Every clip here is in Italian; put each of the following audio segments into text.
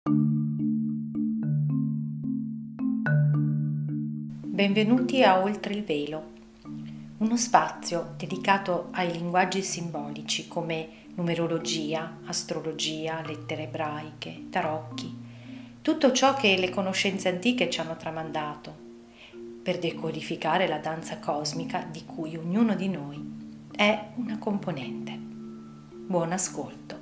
Benvenuti a Oltre il Velo, uno spazio dedicato ai linguaggi simbolici come numerologia, astrologia, lettere ebraiche, tarocchi, tutto ciò che le conoscenze antiche ci hanno tramandato, per decodificare la danza cosmica di cui ognuno di noi è una componente. Buon ascolto.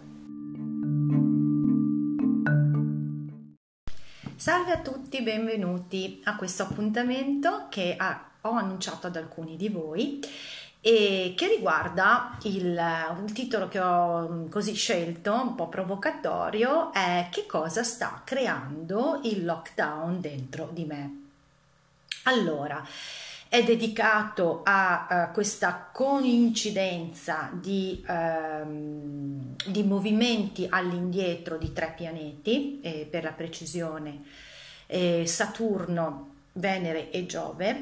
Salve a tutti, benvenuti a questo appuntamento che ho annunciato ad alcuni di voi e che riguarda il titolo che ho così scelto, un po' provocatorio, è che cosa sta creando il lockdown dentro di me. Allora, è dedicato a questa coincidenza di movimenti all'indietro di 3 pianeti, per la precisione Saturno, Venere e Giove.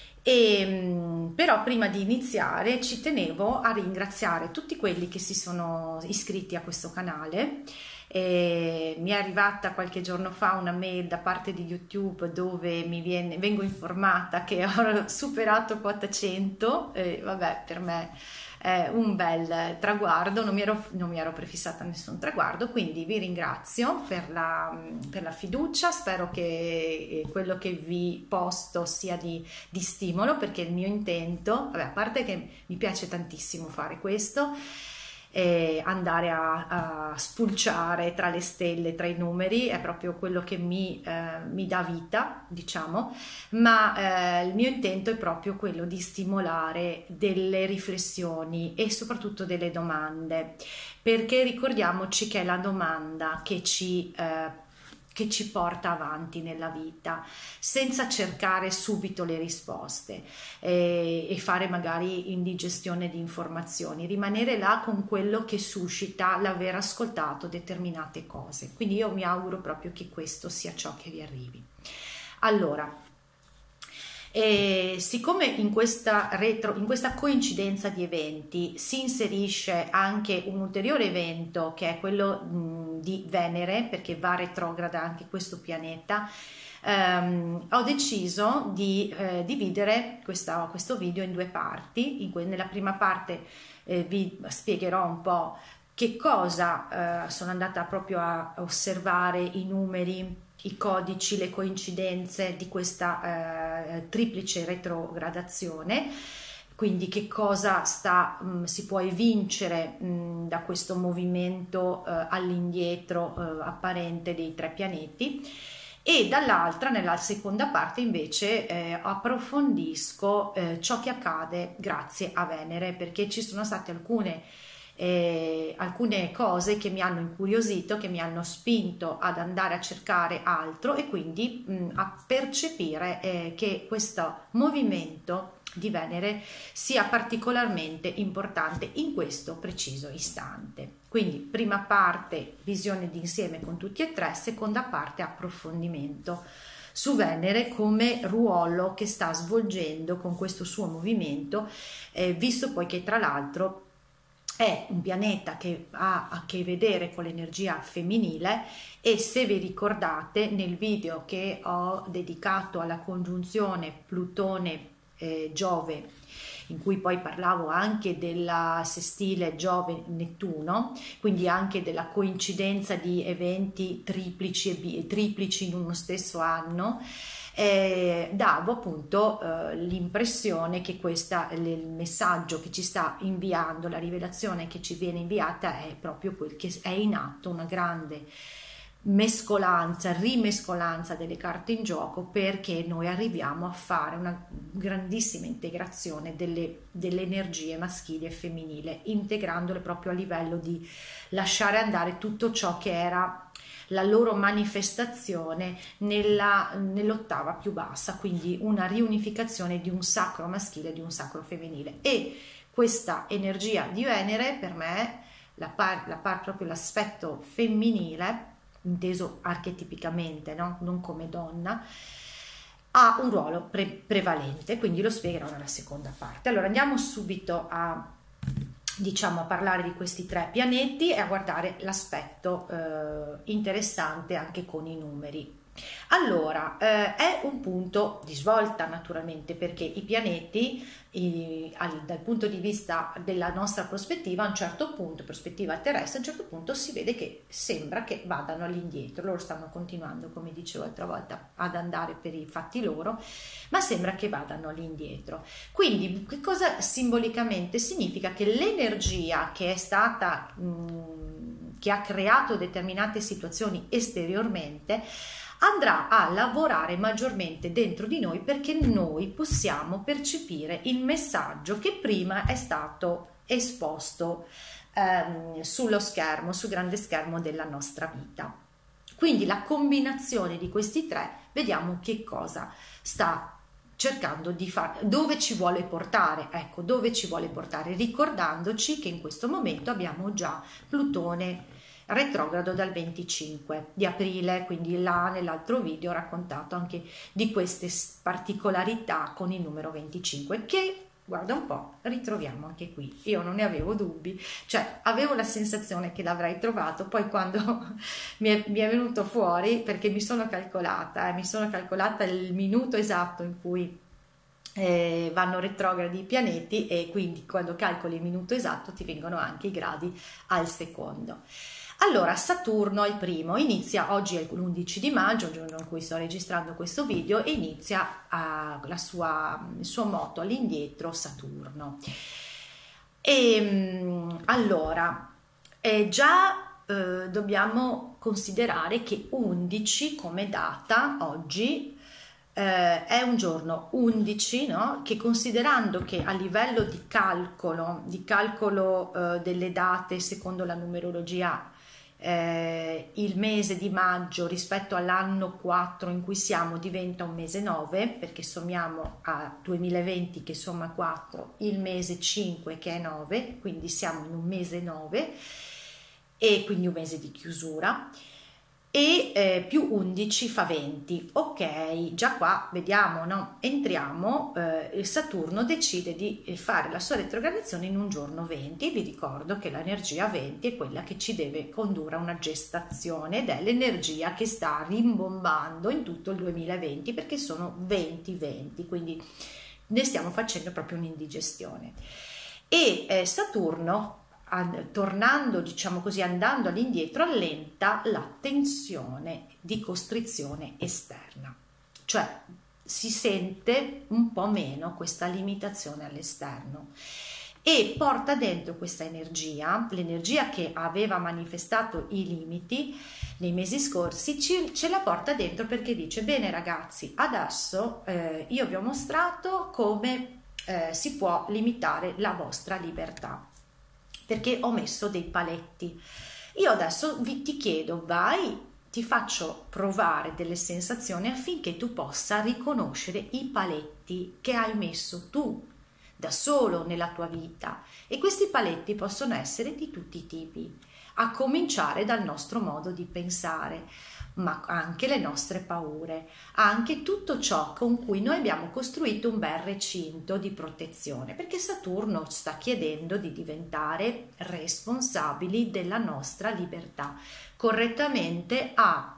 Però prima di iniziare ci tenevo a ringraziare tutti quelli che si sono iscritti a questo canale. Mi è arrivata qualche giorno fa una mail da parte di YouTube dove vengo informata che ho superato quota 100. Vabbè, per me è un bel traguardo, non mi ero prefissata nessun traguardo, quindi vi ringrazio per la fiducia. Spero che quello che vi posto sia di stimolo, perché il mio intento, vabbè, a parte che mi piace tantissimo fare questo, andare a spulciare tra le stelle, tra i numeri, è proprio quello che mi dà vita, diciamo, ma il mio intento è proprio quello di stimolare delle riflessioni e soprattutto delle domande, perché ricordiamoci che è la domanda che ci porta avanti nella vita, senza cercare subito le risposte e fare magari indigestione di informazioni, rimanere là con quello che suscita l'aver ascoltato determinate cose. Quindi io mi auguro proprio che questo sia ciò che vi arrivi. Allora, siccome in questa coincidenza di eventi si inserisce anche un ulteriore evento, che è quello di Venere, perché va retrograda anche questo pianeta, ho deciso di dividere questo video in 2 parti. Nella prima parte vi spiegherò un po' che cosa sono andata proprio a osservare, i numeri, i codici, le coincidenze di questa triplice retrogradazione, quindi che cosa si può evincere da questo movimento all'indietro apparente dei 3 pianeti. E dall'altra, nella seconda parte, invece approfondisco ciò che accade grazie a Venere, perché ci sono state alcune cose che mi hanno incuriosito, che mi hanno spinto ad andare a cercare altro e quindi a percepire che questo movimento di Venere sia particolarmente importante in questo preciso istante. Quindi prima parte visione d'insieme con tutti e 3, seconda parte approfondimento su Venere come ruolo che sta svolgendo con questo suo movimento, visto poi che tra l'altro è un pianeta che ha a che vedere con l'energia femminile. E se vi ricordate, nel video che ho dedicato alla congiunzione Plutone Giove, in cui poi parlavo anche della sestile Giove-Nettuno, quindi anche della coincidenza di eventi triplici in uno stesso anno, davo appunto l'impressione che il messaggio che ci sta inviando, la rivelazione che ci viene inviata, è proprio quel che è in atto, una grande rimescolanza delle carte in gioco, perché noi arriviamo a fare una grandissima integrazione delle energie maschili e femminili, integrandole proprio a livello di lasciare andare tutto ciò che era la loro manifestazione nell'ottava più bassa, quindi una riunificazione di un sacro maschile e di un sacro femminile. E questa energia di Venere, per me, proprio l'aspetto femminile, inteso archetipicamente, no? Non come donna, ha un ruolo prevalente, quindi lo spiegherò nella seconda parte. Allora andiamo subito a diciamo, a parlare di questi 3 pianeti e a guardare l'aspetto interessante anche con i numeri. Allora, è un punto di svolta naturalmente, perché i pianeti dal punto di vista della nostra prospettiva, a un certo punto, prospettiva terrestre, a un certo punto si vede che sembra che vadano all'indietro. Loro stanno continuando, come dicevo l'altra volta, ad andare per i fatti loro, ma sembra che vadano all'indietro. Quindi che cosa simbolicamente significa? Che l'energia che è stata che ha creato determinate situazioni esteriormente andrà a lavorare maggiormente dentro di noi, perché noi possiamo percepire il messaggio che prima è stato esposto sullo schermo, sul grande schermo della nostra vita. Quindi la combinazione di questi 3, vediamo che cosa sta cercando di fare, dove ci vuole portare, ecco, dove ci vuole portare, ricordandoci che in questo momento abbiamo già Plutone retrogrado dal 25 di aprile, quindi là nell'altro video ho raccontato anche di queste particolarità con il numero 25 che, guarda un po', ritroviamo anche qui. Io non ne avevo dubbi, cioè avevo la sensazione che l'avrei trovato, poi quando mi è venuto fuori, perché mi sono calcolata il minuto esatto in cui vanno retrogradi i pianeti, e quindi quando calcoli il minuto esatto ti vengono anche i gradi al secondo. Allora, Saturno è il primo, inizia oggi è l'11 di maggio, il giorno in cui sto registrando questo video, e inizia il suo moto all'indietro, Saturno. E allora, già dobbiamo considerare che 11 come data oggi è un giorno 11, no? Che, considerando che a livello di calcolo delle date secondo la numerologia, il mese di maggio rispetto all'anno 4 in cui siamo diventa un mese 9, perché sommiamo a 2020 che somma 4, il mese 5 che è 9, quindi siamo in un mese 9 e quindi un mese di chiusura, e più 11 fa 20. Ok, già qua vediamo, no? Entriamo, Saturno decide di fare la sua retrogradazione in un giorno 20. Vi ricordo che l'energia 20 è quella che ci deve condurre a una gestazione, ed è l'energia che sta rimbombando in tutto il 2020, perché sono 20-20, quindi ne stiamo facendo proprio un'indigestione. E Saturno, tornando, diciamo così, andando all'indietro, allenta la tensione di costrizione esterna, cioè si sente un po' meno questa limitazione all'esterno, e porta dentro questa energia, l'energia che aveva manifestato i limiti nei mesi scorsi, ce la porta dentro, perché dice: bene ragazzi, adesso io vi ho mostrato come si può limitare la vostra libertà, perché ho messo dei paletti. Io adesso ti chiedo, ti faccio provare delle sensazioni affinché tu possa riconoscere i paletti che hai messo tu da solo nella tua vita, e questi paletti possono essere di tutti i tipi, a cominciare dal nostro modo di pensare, ma anche le nostre paure, anche tutto ciò con cui noi abbiamo costruito un bel recinto di protezione, perché Saturno sta chiedendo di diventare responsabili della nostra libertà, correttamente a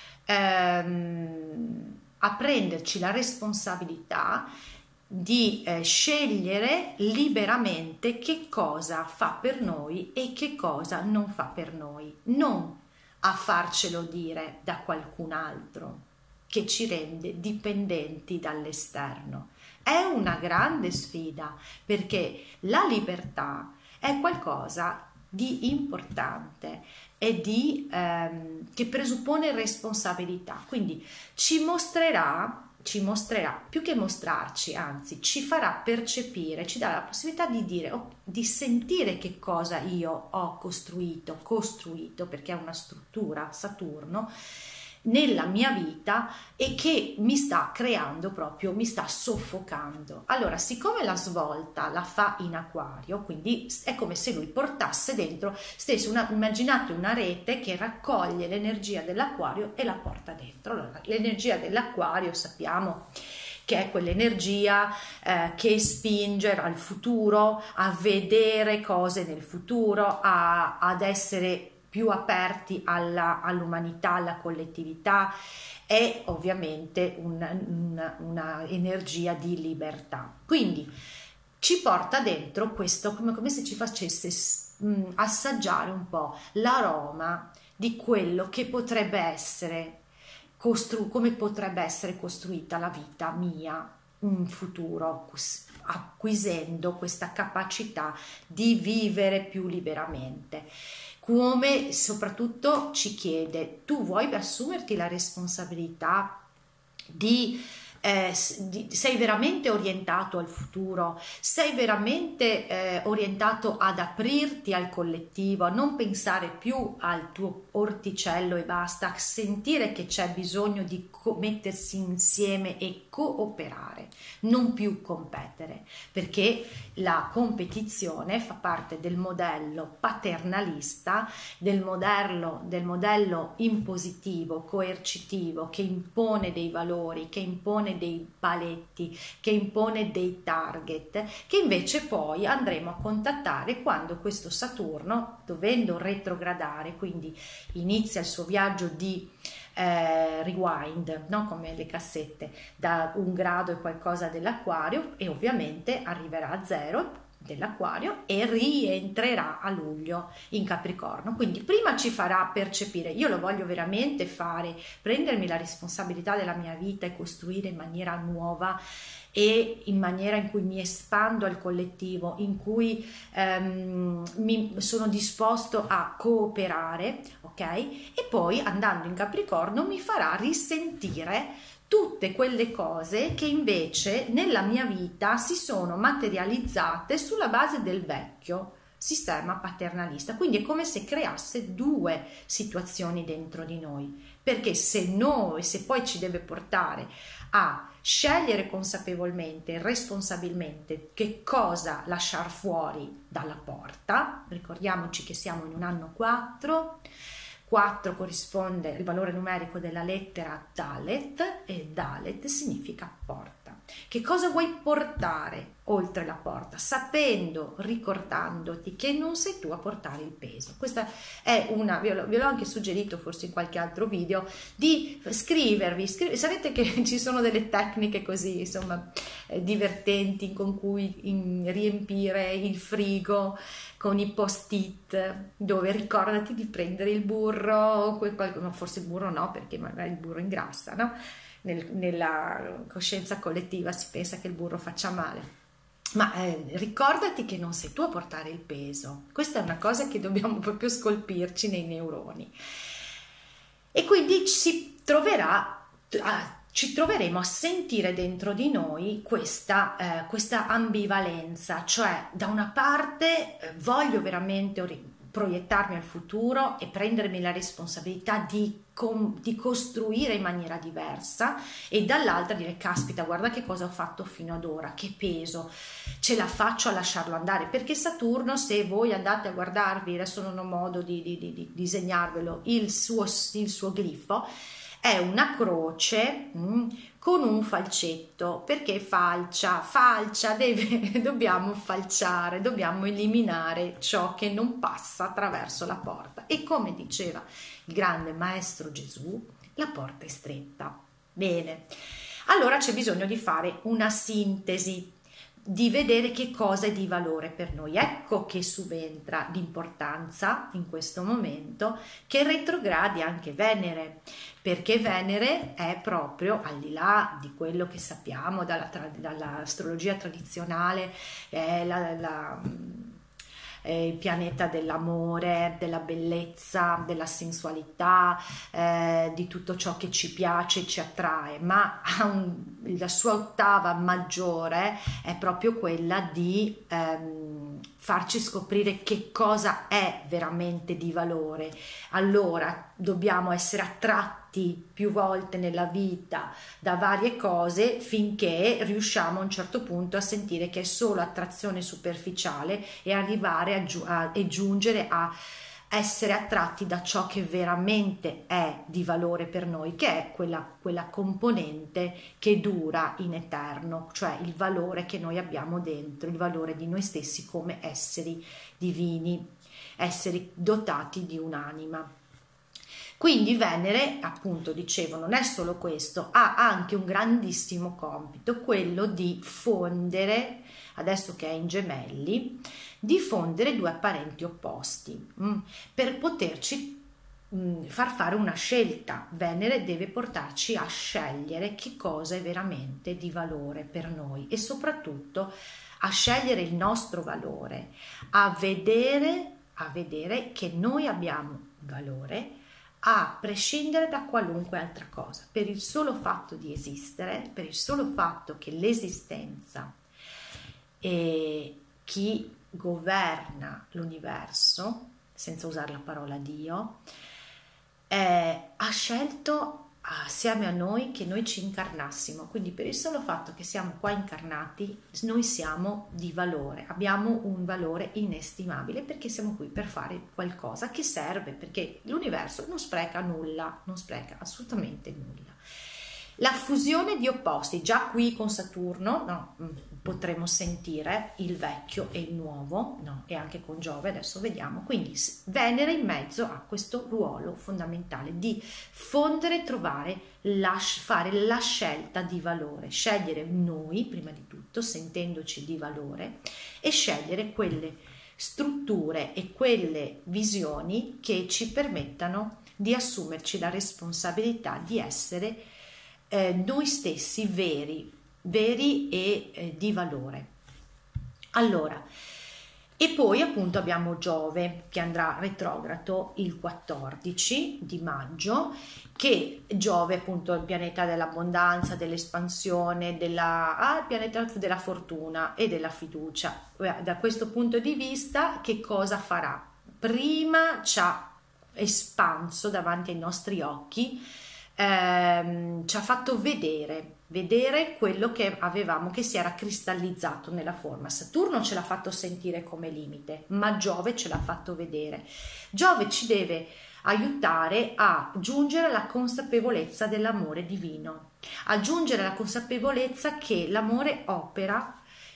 prenderci la responsabilità di scegliere liberamente che cosa fa per noi e che cosa non fa per noi, non a farcelo dire da qualcun altro che ci rende dipendenti dall'esterno. È una grande sfida, perché la libertà è qualcosa di importante e che presuppone responsabilità, quindi ci mostrerà, più che mostrarci, anzi ci farà percepire, ci dà la possibilità di dire, di sentire che cosa io ho costruito, perché è una struttura, Saturno, nella mia vita e che mi sta creando proprio, mi sta soffocando. Allora, siccome la svolta la fa in Acquario, quindi è come se lui portasse dentro stesso immaginate una rete che raccoglie l'energia dell'Acquario e la porta dentro. Allora, l'energia dell'Acquario sappiamo che è quell'energia che spinge al futuro, a vedere cose nel futuro, ad essere più aperti all'umanità, alla collettività, è ovviamente una energia di libertà. Quindi ci porta dentro questo come se ci facesse assaggiare un po' l'aroma di quello che potrebbe essere come potrebbe essere costruita la vita mia in futuro, acquisendo questa capacità di vivere più liberamente. Come soprattutto ci chiede, tu vuoi assumerti la responsabilità sei veramente orientato al futuro, sei veramente orientato ad aprirti al collettivo, a non pensare più al tuo orticello e basta, a sentire che c'è bisogno di mettersi insieme e cooperare, non più competere, perché la competizione fa parte del modello paternalista, del modello impositivo, coercitivo, che impone dei valori, che impone dei paletti, che impone dei target, che invece poi andremo a contattare quando questo Saturno, dovendo retrogradare, quindi inizia il suo viaggio di rewind, no? Come le cassette, da 1 grado e qualcosa dell'Acquario, e ovviamente arriverà a 0 dell'Acquario e rientrerà a luglio in Capricorno. Quindi prima ci farà percepire, io lo voglio veramente fare, prendermi la responsabilità della mia vita e costruire in maniera nuova e in maniera in cui mi espando al collettivo, in cui mi sono disposto a cooperare, ok? E poi andando in Capricorno mi farà risentire tutte quelle cose che invece nella mia vita si sono materializzate sulla base del vecchio sistema paternalista. Quindi è come se creasse 2 situazioni dentro di noi, perché se poi ci deve portare a scegliere consapevolmente e responsabilmente che cosa lasciar fuori dalla porta. Ricordiamoci che siamo in un anno 4 corrisponde il valore numerico della lettera Dalet, e Dalet significa porta. Che cosa vuoi portare oltre la porta? Sapendo, ricordandoti che non sei tu a portare il peso. Questa è ve l'ho anche suggerito forse in qualche altro video, di scrivervi, sapete che ci sono delle tecniche così, insomma, divertenti, con cui riempire il frigo con i post-it, dove ricordati di prendere il burro, forse il burro no, perché magari il burro ingrassa, no? Nella coscienza collettiva si pensa che il burro faccia male, ma ricordati che non sei tu a portare il peso. Questa è una cosa che dobbiamo proprio scolpirci nei neuroni, e quindi ci troveremo a sentire dentro di noi questa ambivalenza, cioè da una parte voglio veramente proiettarmi al futuro e prendermi la responsabilità di costruire in maniera diversa, e dall'altra dire caspita, guarda che cosa ho fatto fino ad ora, che peso, ce la faccio a lasciarlo andare, perché Saturno, se voi andate a guardarvi, adesso non ho modo di disegnarvelo, il suo glifo è una croce con un falcetto, perché falcia, dobbiamo falciare, dobbiamo eliminare ciò che non passa attraverso la porta, e come diceva il grande maestro Gesù, la porta è stretta. Bene, allora c'è bisogno di fare una sintesi, di vedere che cosa è di valore per noi. Ecco che subentra l'importanza in questo momento che retrogradi anche Venere, perché Venere è proprio, al di là di quello che sappiamo dall'astrologia tradizionale, il pianeta dell'amore, della bellezza, della sensualità, di tutto ciò che ci piace e ci attrae, ma la sua ottava maggiore è proprio quella di farci scoprire che cosa è veramente di valore. Allora dobbiamo essere attratti più volte nella vita da varie cose finché riusciamo a un certo punto a sentire che è solo attrazione superficiale e arrivare e giungere a essere attratti da ciò che veramente è di valore per noi, che è quella componente che dura in eterno, cioè il valore che noi abbiamo dentro, il valore di noi stessi come esseri divini, esseri dotati di un'anima. Quindi Venere, appunto, dicevo, non è solo questo, ha anche un grandissimo compito, quello di fondere, adesso che è in Gemelli, di fondere due apparenti opposti per poterci far fare una scelta. Venere deve portarci a scegliere che cosa è veramente di valore per noi e soprattutto a scegliere il nostro valore, a vedere che noi abbiamo valore a prescindere da qualunque altra cosa, per il solo fatto di esistere, per il solo fatto che l'esistenza e chi governa l'universo, senza usare la parola Dio, ha scelto assieme a noi che noi ci incarnassimo, quindi per il solo fatto che siamo qua incarnati noi siamo di valore, abbiamo un valore inestimabile perché siamo qui per fare qualcosa che serve, perché l'universo non spreca nulla, non spreca assolutamente nulla. La fusione di opposti, già qui con Saturno, no, potremo sentire il vecchio e il nuovo, no, e anche con Giove, adesso vediamo. Quindi Venere in mezzo a questo ruolo fondamentale di fondere, trovare, fare la scelta di valore, scegliere noi prima di tutto, sentendoci di valore, e scegliere quelle strutture e quelle visioni che ci permettano di assumerci la responsabilità di essere noi stessi veri e di valore. Allora, e poi appunto abbiamo Giove che andrà retrogrado il 14 di maggio, che Giove appunto è il pianeta dell'abbondanza, dell'espansione, il pianeta della fortuna e della fiducia. Da questo punto di vista che cosa farà? Prima ci ha espanso davanti ai nostri occhi, ci ha fatto vedere quello che avevamo, che si era cristallizzato nella forma. Saturno ce l'ha fatto sentire come limite, ma Giove ce l'ha fatto vedere. Giove ci deve aiutare a giungere alla consapevolezza dell'amore divino, a giungere alla consapevolezza che l'amore opera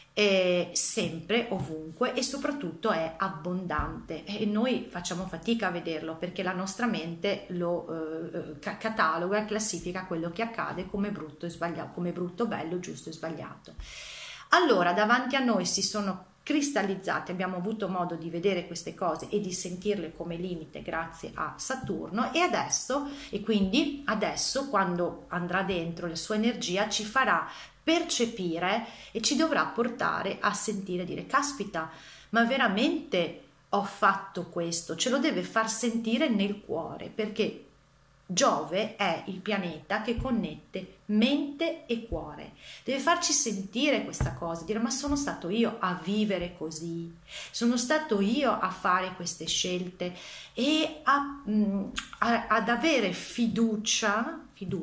sempre, ovunque, e soprattutto è abbondante, e noi facciamo fatica a vederlo perché la nostra mente lo cataloga e classifica quello che accade come brutto e sbagliato, come brutto, bello, giusto e sbagliato. Allora davanti a noi si sono cristallizzate, abbiamo avuto modo di vedere queste cose e di sentirle come limite grazie a Saturno, e quindi adesso quando andrà dentro la sua energia ci farà percepire e ci dovrà portare a sentire, dire caspita, ma veramente ho fatto questo, ce lo deve far sentire nel cuore, perché Giove è il pianeta che connette mente e cuore, deve farci sentire questa cosa, dire ma sono stato io a vivere così, sono stato io a fare queste scelte e ad avere fiducia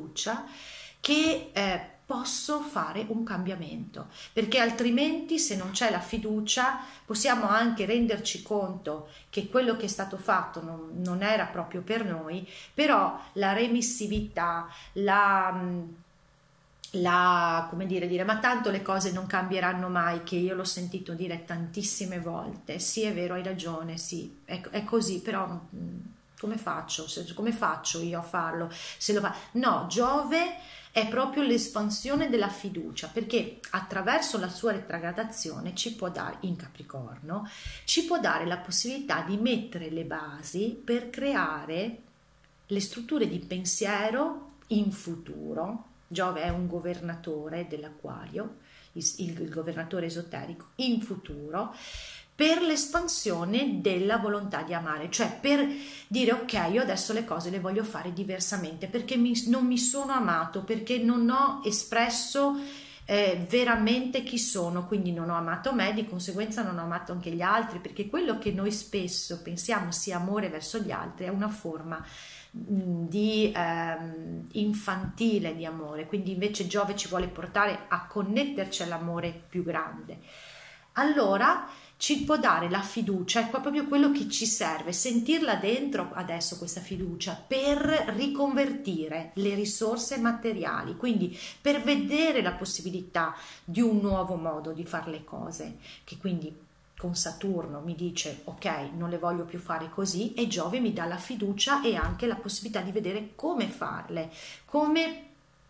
che posso fare un cambiamento, perché altrimenti se non c'è la fiducia possiamo anche renderci conto che quello che è stato fatto non era proprio per noi, però la remissività, come dire ma tanto le cose non cambieranno mai, che io l'ho sentito dire tantissime volte. Sì, è vero, hai ragione, sì, è così, però come faccio io a farlo? Se lo fa? No, Giove è proprio l'espansione della fiducia, perché attraverso la sua retrogradazione ci può dare, in Capricorno, ci può dare la possibilità di mettere le basi per creare le strutture di pensiero in futuro. Giove è un governatore dell'Acquario, il governatore esoterico in futuro, per l'espansione della volontà di amare, cioè per dire ok, io adesso le cose le voglio fare diversamente perché non mi sono amato, perché non ho espresso veramente chi sono, quindi non ho amato me, di conseguenza non ho amato anche gli altri, perché quello che noi spesso pensiamo sia amore verso gli altri è una forma di infantile di amore, quindi invece Giove ci vuole portare a connetterci all'amore più grande. Allora ci può dare la fiducia, è proprio quello che ci serve, sentirla dentro adesso questa fiducia per riconvertire le risorse materiali, quindi per vedere la possibilità di un nuovo modo di fare le cose, che quindi con Saturno mi dice ok, non le voglio più fare così, e Giove mi dà la fiducia e anche la possibilità di vedere come farle, come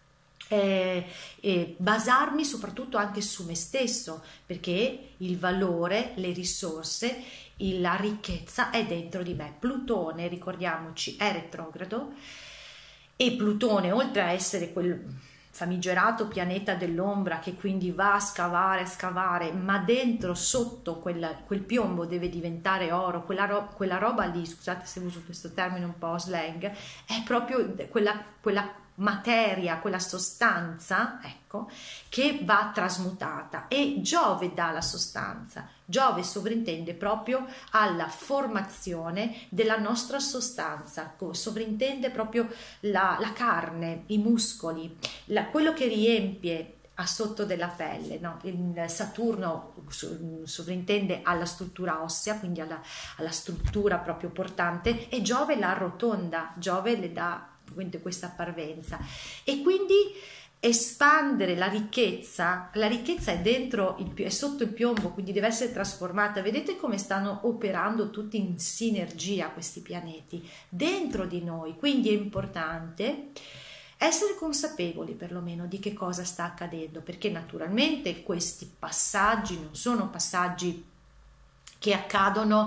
basarmi soprattutto anche su me stesso, perché il valore, le risorse, la ricchezza è dentro di me. Plutone, ricordiamoci, è retrogrado, e Plutone, oltre a essere quel famigerato pianeta dell'ombra che quindi va a scavare, ma dentro, sotto quel piombo deve diventare oro, quella roba lì, scusate se uso questo termine un po' slang, è proprio quella materia, quella sostanza, ecco, che va trasmutata, e Giove dà la sostanza. Giove sovrintende proprio alla formazione della nostra sostanza, sovrintende proprio la carne, i muscoli, quello che riempie a sotto della pelle, no? Il Saturno sovrintende alla struttura ossea, quindi alla struttura proprio portante, e Giove la arrotonda, Giove le dà questa parvenza, e quindi espandere la ricchezza è dentro, è sotto il piombo, quindi deve essere trasformata. Vedete come stanno operando tutti in sinergia questi pianeti dentro di noi, quindi è importante essere consapevoli perlomeno di che cosa sta accadendo, perché naturalmente questi passaggi non sono passaggi che accadono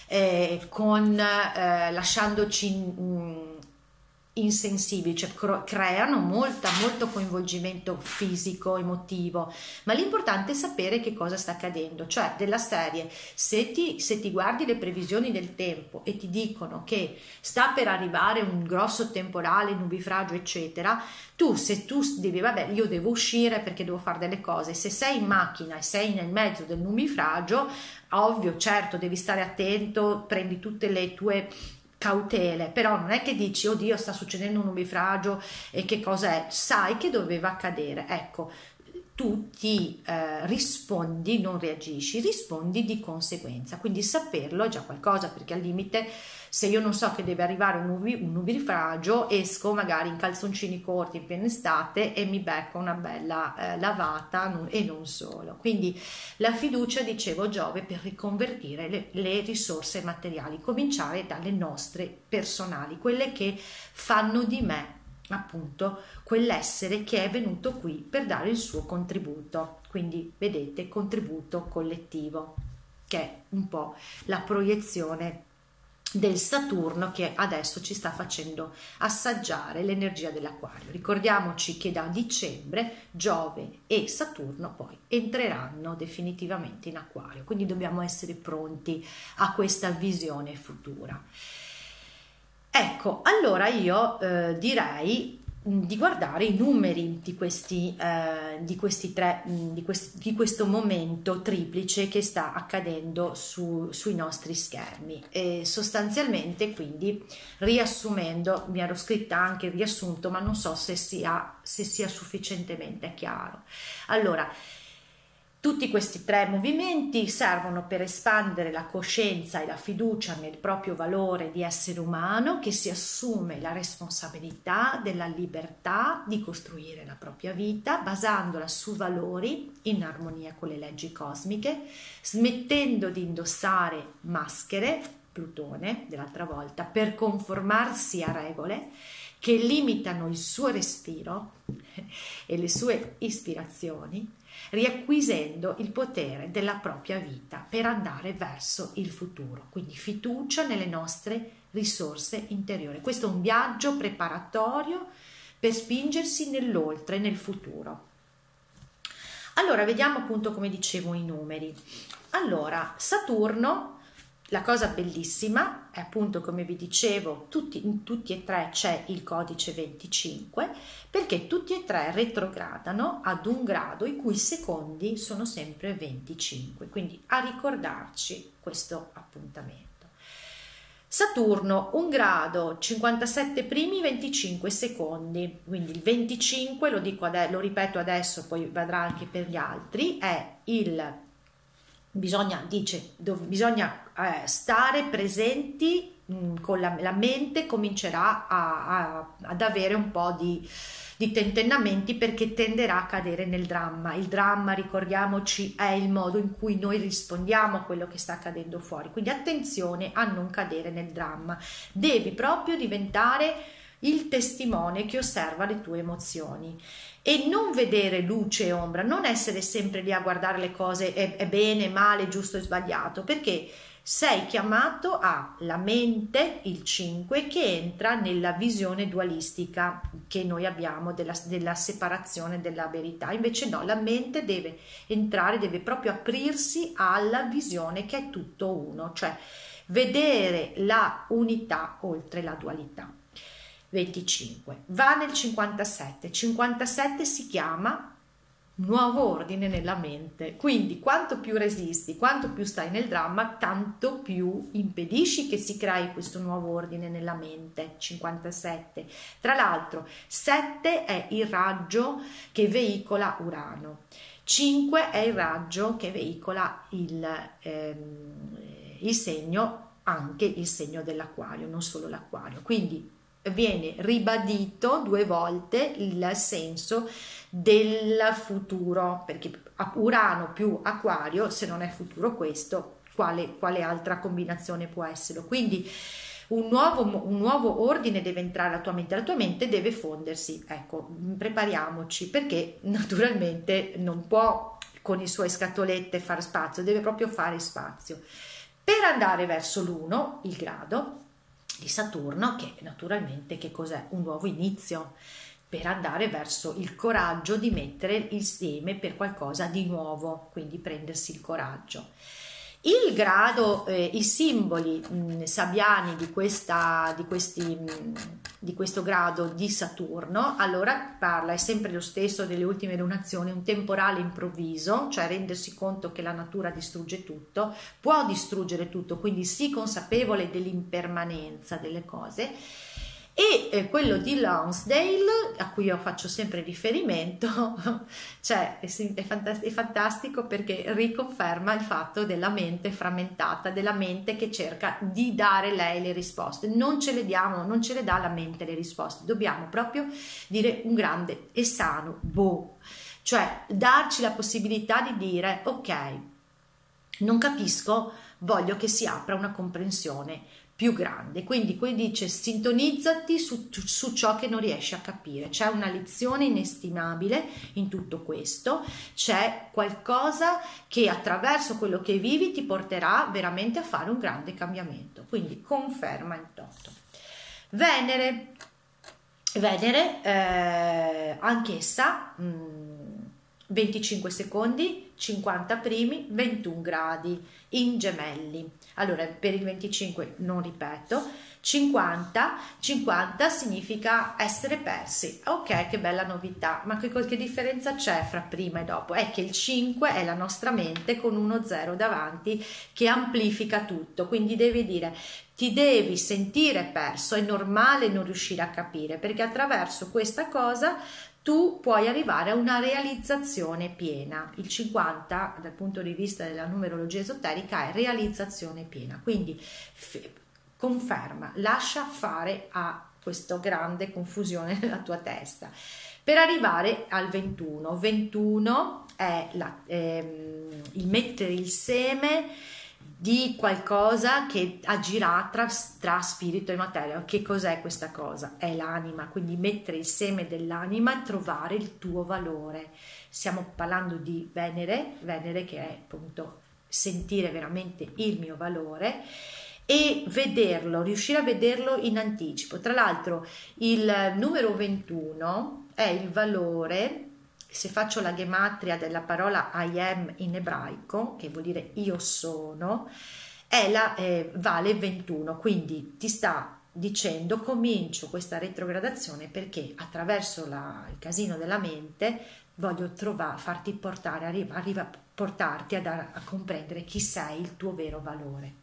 lasciandoci insensibili, cioè creano molto coinvolgimento fisico, emotivo, ma l'importante è sapere che cosa sta accadendo, cioè della serie, se ti guardi le previsioni del tempo e ti dicono che sta per arrivare un grosso temporale, nubifragio eccetera, se tu devi, vabbè, io devo uscire perché devo fare delle cose, se sei in macchina e sei nel mezzo del nubifragio, ovvio, certo, devi stare attento, prendi tutte le tue cautele, però non è che dici oddio sta succedendo un nubifragio e che cosa è, sai che doveva accadere, ecco, tu ti rispondi, non reagisci, rispondi di conseguenza, quindi saperlo è già qualcosa, perché al limite se io non so che deve arrivare un nubifragio, esco magari in calzoncini corti in piena estate e mi becco una bella lavata, e non solo. Quindi la fiducia, dicevo, Giove per riconvertire le risorse materiali, cominciare dalle nostre personali, quelle che fanno di me appunto quell'essere che è venuto qui per dare il suo contributo. Quindi vedete, contributo collettivo, che è un po' la proiezione del Saturno che adesso ci sta facendo assaggiare l'energia dell'Acquario. Ricordiamoci che da dicembre Giove e Saturno poi entreranno definitivamente in Acquario, quindi dobbiamo essere pronti a questa visione futura. Ecco, allora io direi di guardare i numeri di questo momento triplice che sta accadendo sui nostri schermi, e sostanzialmente, quindi riassumendo, mi ero scritta anche il riassunto ma non so se sia sufficientemente chiaro. Allora, tutti questi tre movimenti servono per espandere la coscienza e la fiducia nel proprio valore di essere umano, che si assume la responsabilità della libertà di costruire la propria vita basandola su valori in armonia con le leggi cosmiche, smettendo di indossare maschere, Plutone dell'altra volta, per conformarsi a regole che limitano il suo respiro e le sue ispirazioni, riacquisendo il potere della propria vita per andare verso il futuro. Quindi fiducia nelle nostre risorse interiori. Questo è un viaggio preparatorio per spingersi nell'oltre, nel futuro. Allora, vediamo appunto, come dicevo, i numeri. Allora, Saturno, la cosa bellissima, e appunto, come vi dicevo, in tutti e tre c'è il codice 25, perché tutti e tre retrogradano ad un grado i cui secondi sono sempre 25, quindi a ricordarci questo appuntamento. Saturno, un grado, 57 primi, 25 secondi, quindi il 25, lo ripeto adesso, poi vedrà anche per gli altri, è bisogna stare presenti, con la mente comincerà ad avere un po' di tentennamenti, perché tenderà a cadere nel dramma. Il dramma, ricordiamoci, è il modo in cui noi rispondiamo a quello che sta accadendo fuori, quindi attenzione a non cadere nel dramma. Devi proprio diventare il testimone che osserva le tue emozioni e non vedere luce e ombra, non essere sempre lì a guardare le cose, è bene, male, giusto e sbagliato, perché sei chiamato alla mente, il 5, che entra nella visione dualistica che noi abbiamo della separazione della verità. Invece no, la mente deve entrare, deve proprio aprirsi alla visione che è tutto uno, cioè vedere la unità oltre la dualità. 25 va nel 57. 57 si chiama nuovo ordine nella mente, quindi quanto più resisti, quanto più stai nel dramma, tanto più impedisci che si crei questo nuovo ordine nella mente. 57. Tra l'altro 7 è il raggio che veicola Urano, 5 è il raggio che veicola il segno, anche il segno dell'Acquario, non solo l'Acquario, quindi viene ribadito 2 volte il senso del futuro, perché Urano più Acquario, se non è futuro questo, quale altra combinazione può esserlo? Quindi un nuovo ordine deve entrare alla tua mente deve fondersi. Ecco, prepariamoci, perché naturalmente non può con i suoi scatolette fare spazio, deve proprio fare spazio per andare verso l'1, il grado di Saturno, che naturalmente che cos'è? Un nuovo inizio, per andare verso il coraggio di mettere il seme per qualcosa di nuovo, quindi prendersi il coraggio. Il grado, i simboli sabbiani di questo grado di Saturno, allora è sempre lo stesso delle ultime lunazioni, un temporale improvviso, cioè rendersi conto che la natura distrugge tutto, può distruggere tutto, quindi sii consapevole dell'impermanenza delle cose. E quello di Lonsdale, a cui io faccio sempre riferimento, cioè è fantastico, perché riconferma il fatto della mente frammentata, della mente che cerca di dare lei le risposte. Non ce le dà la mente le risposte, dobbiamo proprio dire un grande e sano boh, cioè darci la possibilità di dire ok, non capisco, voglio che si apra una comprensione più grande. Quindi qui dice sintonizzati su ciò che non riesci a capire. C'è una lezione inestimabile in tutto questo, c'è qualcosa che attraverso quello che vivi ti porterà veramente a fare un grande cambiamento, quindi conferma in toto. Venere, anch'essa 25 secondi, 50 primi, 21 gradi in Gemelli. Allora, per il 25 non ripeto, 50 significa essere persi. Ok, che bella novità, ma che differenza c'è fra prima e dopo? È che il 5 è la nostra mente con uno 0 davanti che amplifica tutto, quindi devi dire ti devi sentire perso, è normale non riuscire a capire, perché attraverso questa cosa tu puoi arrivare a una realizzazione piena. Il 50 dal punto di vista della numerologia esoterica è realizzazione piena, quindi conferma, lascia fare a questa grande confusione nella tua testa per arrivare al 21. 21 è il mettere il seme di qualcosa che agirà tra spirito e materia. Che cos'è questa cosa? È l'anima, quindi mettere il seme dell'anima e trovare il tuo valore. Stiamo parlando di Venere che è appunto sentire veramente il mio valore e vederlo, riuscire a vederlo in anticipo. Tra l'altro il numero 21 è il valore, se faccio la gematria della parola I am in ebraico, che vuol dire io sono, vale 21, quindi ti sta dicendo comincio questa retrogradazione perché attraverso il casino della mente voglio farti portare, portarti a comprendere chi sei, il tuo vero valore.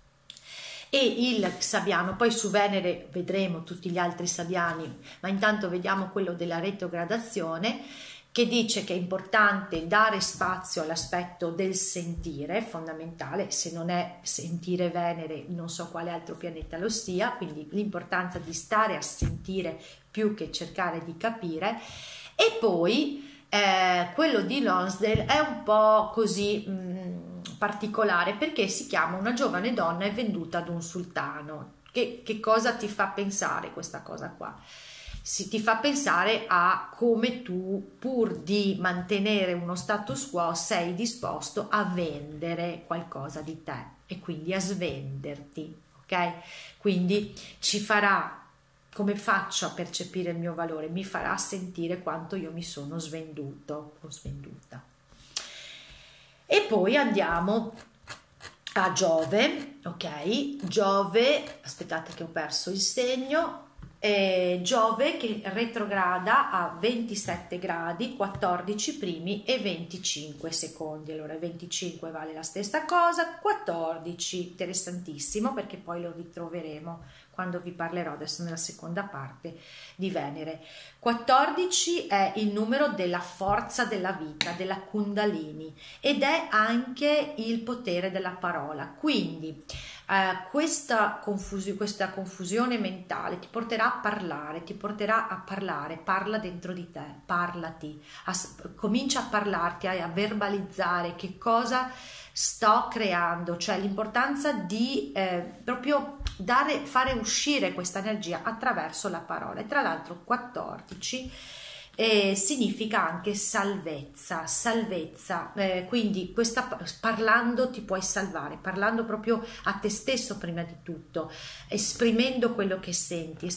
E il Sabbiano, poi su Venere vedremo tutti gli altri Sabbiani, ma intanto vediamo quello della retrogradazione, che dice che è importante dare spazio all'aspetto del sentire, fondamentale. Se non è sentire Venere non so quale altro pianeta lo sia, quindi l'importanza di stare a sentire più che cercare di capire. E poi quello di Lonsdale è un po' così particolare, perché si chiama Una giovane donna è venduta ad un sultano. Che cosa ti fa pensare questa cosa qua? Ti fa pensare a come tu, pur di mantenere uno status quo, sei disposto a vendere qualcosa di te e quindi a svenderti, ok? Quindi ci farà, come faccio a percepire il mio valore? Mi farà sentire quanto io mi sono svenduto o svenduta. E poi andiamo a Giove, ok? Giove, aspettate che ho perso il segno. Giove che retrograda a 27 gradi, 14 primi e 25 secondi. Allora 25 vale la stessa cosa, 14 interessantissimo, perché poi lo ritroveremo quando vi parlerò adesso nella seconda parte di Venere. 14 è il numero della forza della vita, della Kundalini, ed è anche il potere della parola. Quindi questa confusione mentale ti porterà a parlare, parla dentro di te, parlati, comincia a parlarti, a verbalizzare che cosa sto creando, cioè l'importanza di proprio fare uscire questa energia attraverso la parola. E tra l'altro 14 significa anche salvezza, quindi parlando ti puoi salvare, parlando proprio a te stesso prima di tutto, esprimendo quello che senti,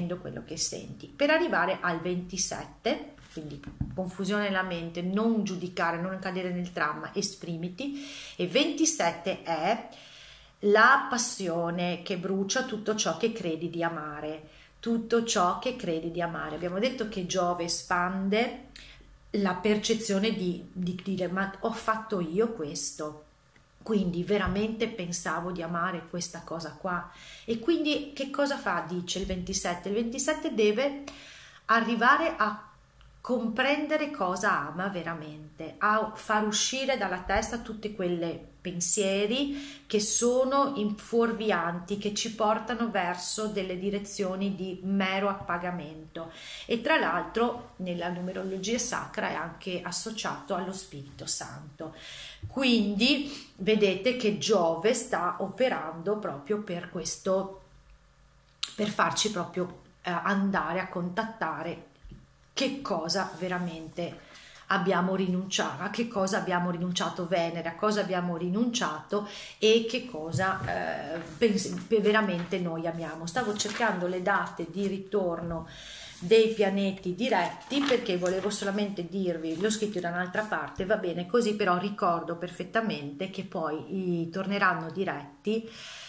per arrivare al 27. Quindi confusione nella mente, non giudicare, non cadere nel dramma, esprimiti. E 27 è la passione che brucia tutto ciò che credi di amare, tutto ciò che credi di amare. Abbiamo detto che Giove espande la percezione di dire ma ho fatto io questo, quindi veramente pensavo di amare questa cosa qua. E quindi che cosa fa? Dice il 27. Il 27 deve arrivare a comprendere cosa ama veramente, a far uscire dalla testa tutti quei pensieri che sono fuorvianti, che ci portano verso delle direzioni di mero appagamento. E tra l'altro nella numerologia sacra è anche associato allo Spirito Santo. Quindi vedete che Giove sta operando proprio per questo, per farci proprio andare a contattare che cosa veramente abbiamo rinunciato, a che cosa abbiamo rinunciato Venere, a cosa abbiamo rinunciato e che cosa veramente noi amiamo. Stavo cercando le date di ritorno dei pianeti diretti perché volevo solamente dirvi, l'ho scritto da un'altra parte, va bene così, però ricordo perfettamente che poi torneranno diretti.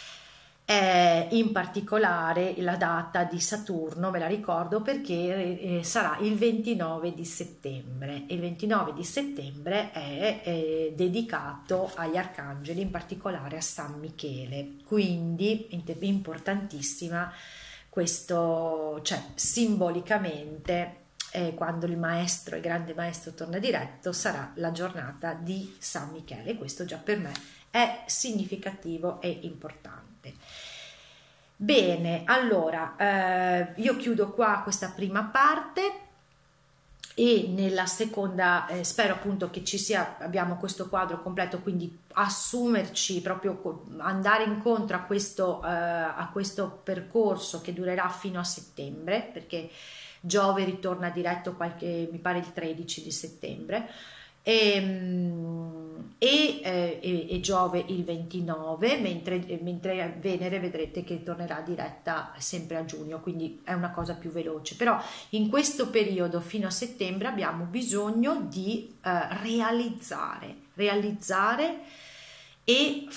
In particolare la data di Saturno me la ricordo perché sarà il 29 di settembre e il 29 di settembre è dedicato agli arcangeli, in particolare a San Michele, quindi importantissima questo, cioè simbolicamente quando il maestro, il grande maestro torna diretto sarà la giornata di San Michele. Questo già per me è significativo e importante. Bene, allora io chiudo qua questa prima parte e nella seconda spero appunto che abbiamo questo quadro completo, quindi assumerci proprio, andare incontro a questo percorso che durerà fino a settembre, perché Giove ritorna diretto mi pare il 13 di settembre e Giove il 29, mentre Venere vedrete che tornerà diretta sempre a giugno, quindi è una cosa più veloce. Però in questo periodo fino a settembre abbiamo bisogno di realizzare e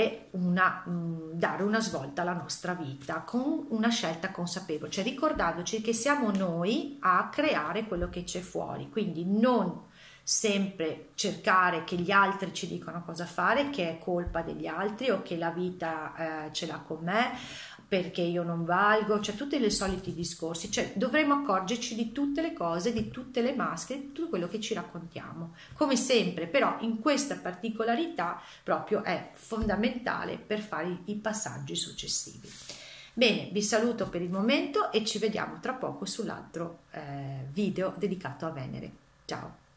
dare una svolta alla nostra vita con una scelta consapevole, cioè ricordandoci che siamo noi a creare quello che c'è fuori, quindi non sempre cercare che gli altri ci dicano cosa fare, che è colpa degli altri o che la vita ce l'ha con me perché io non valgo, cioè tutti i soliti discorsi, cioè dovremmo accorgerci di tutte le cose, di tutte le maschere, di tutto quello che ci raccontiamo, come sempre, però in questa particolarità proprio è fondamentale per fare i passaggi successivi. Bene, vi saluto per il momento e ci vediamo tra poco sull'altro video dedicato a Venere. Ciao!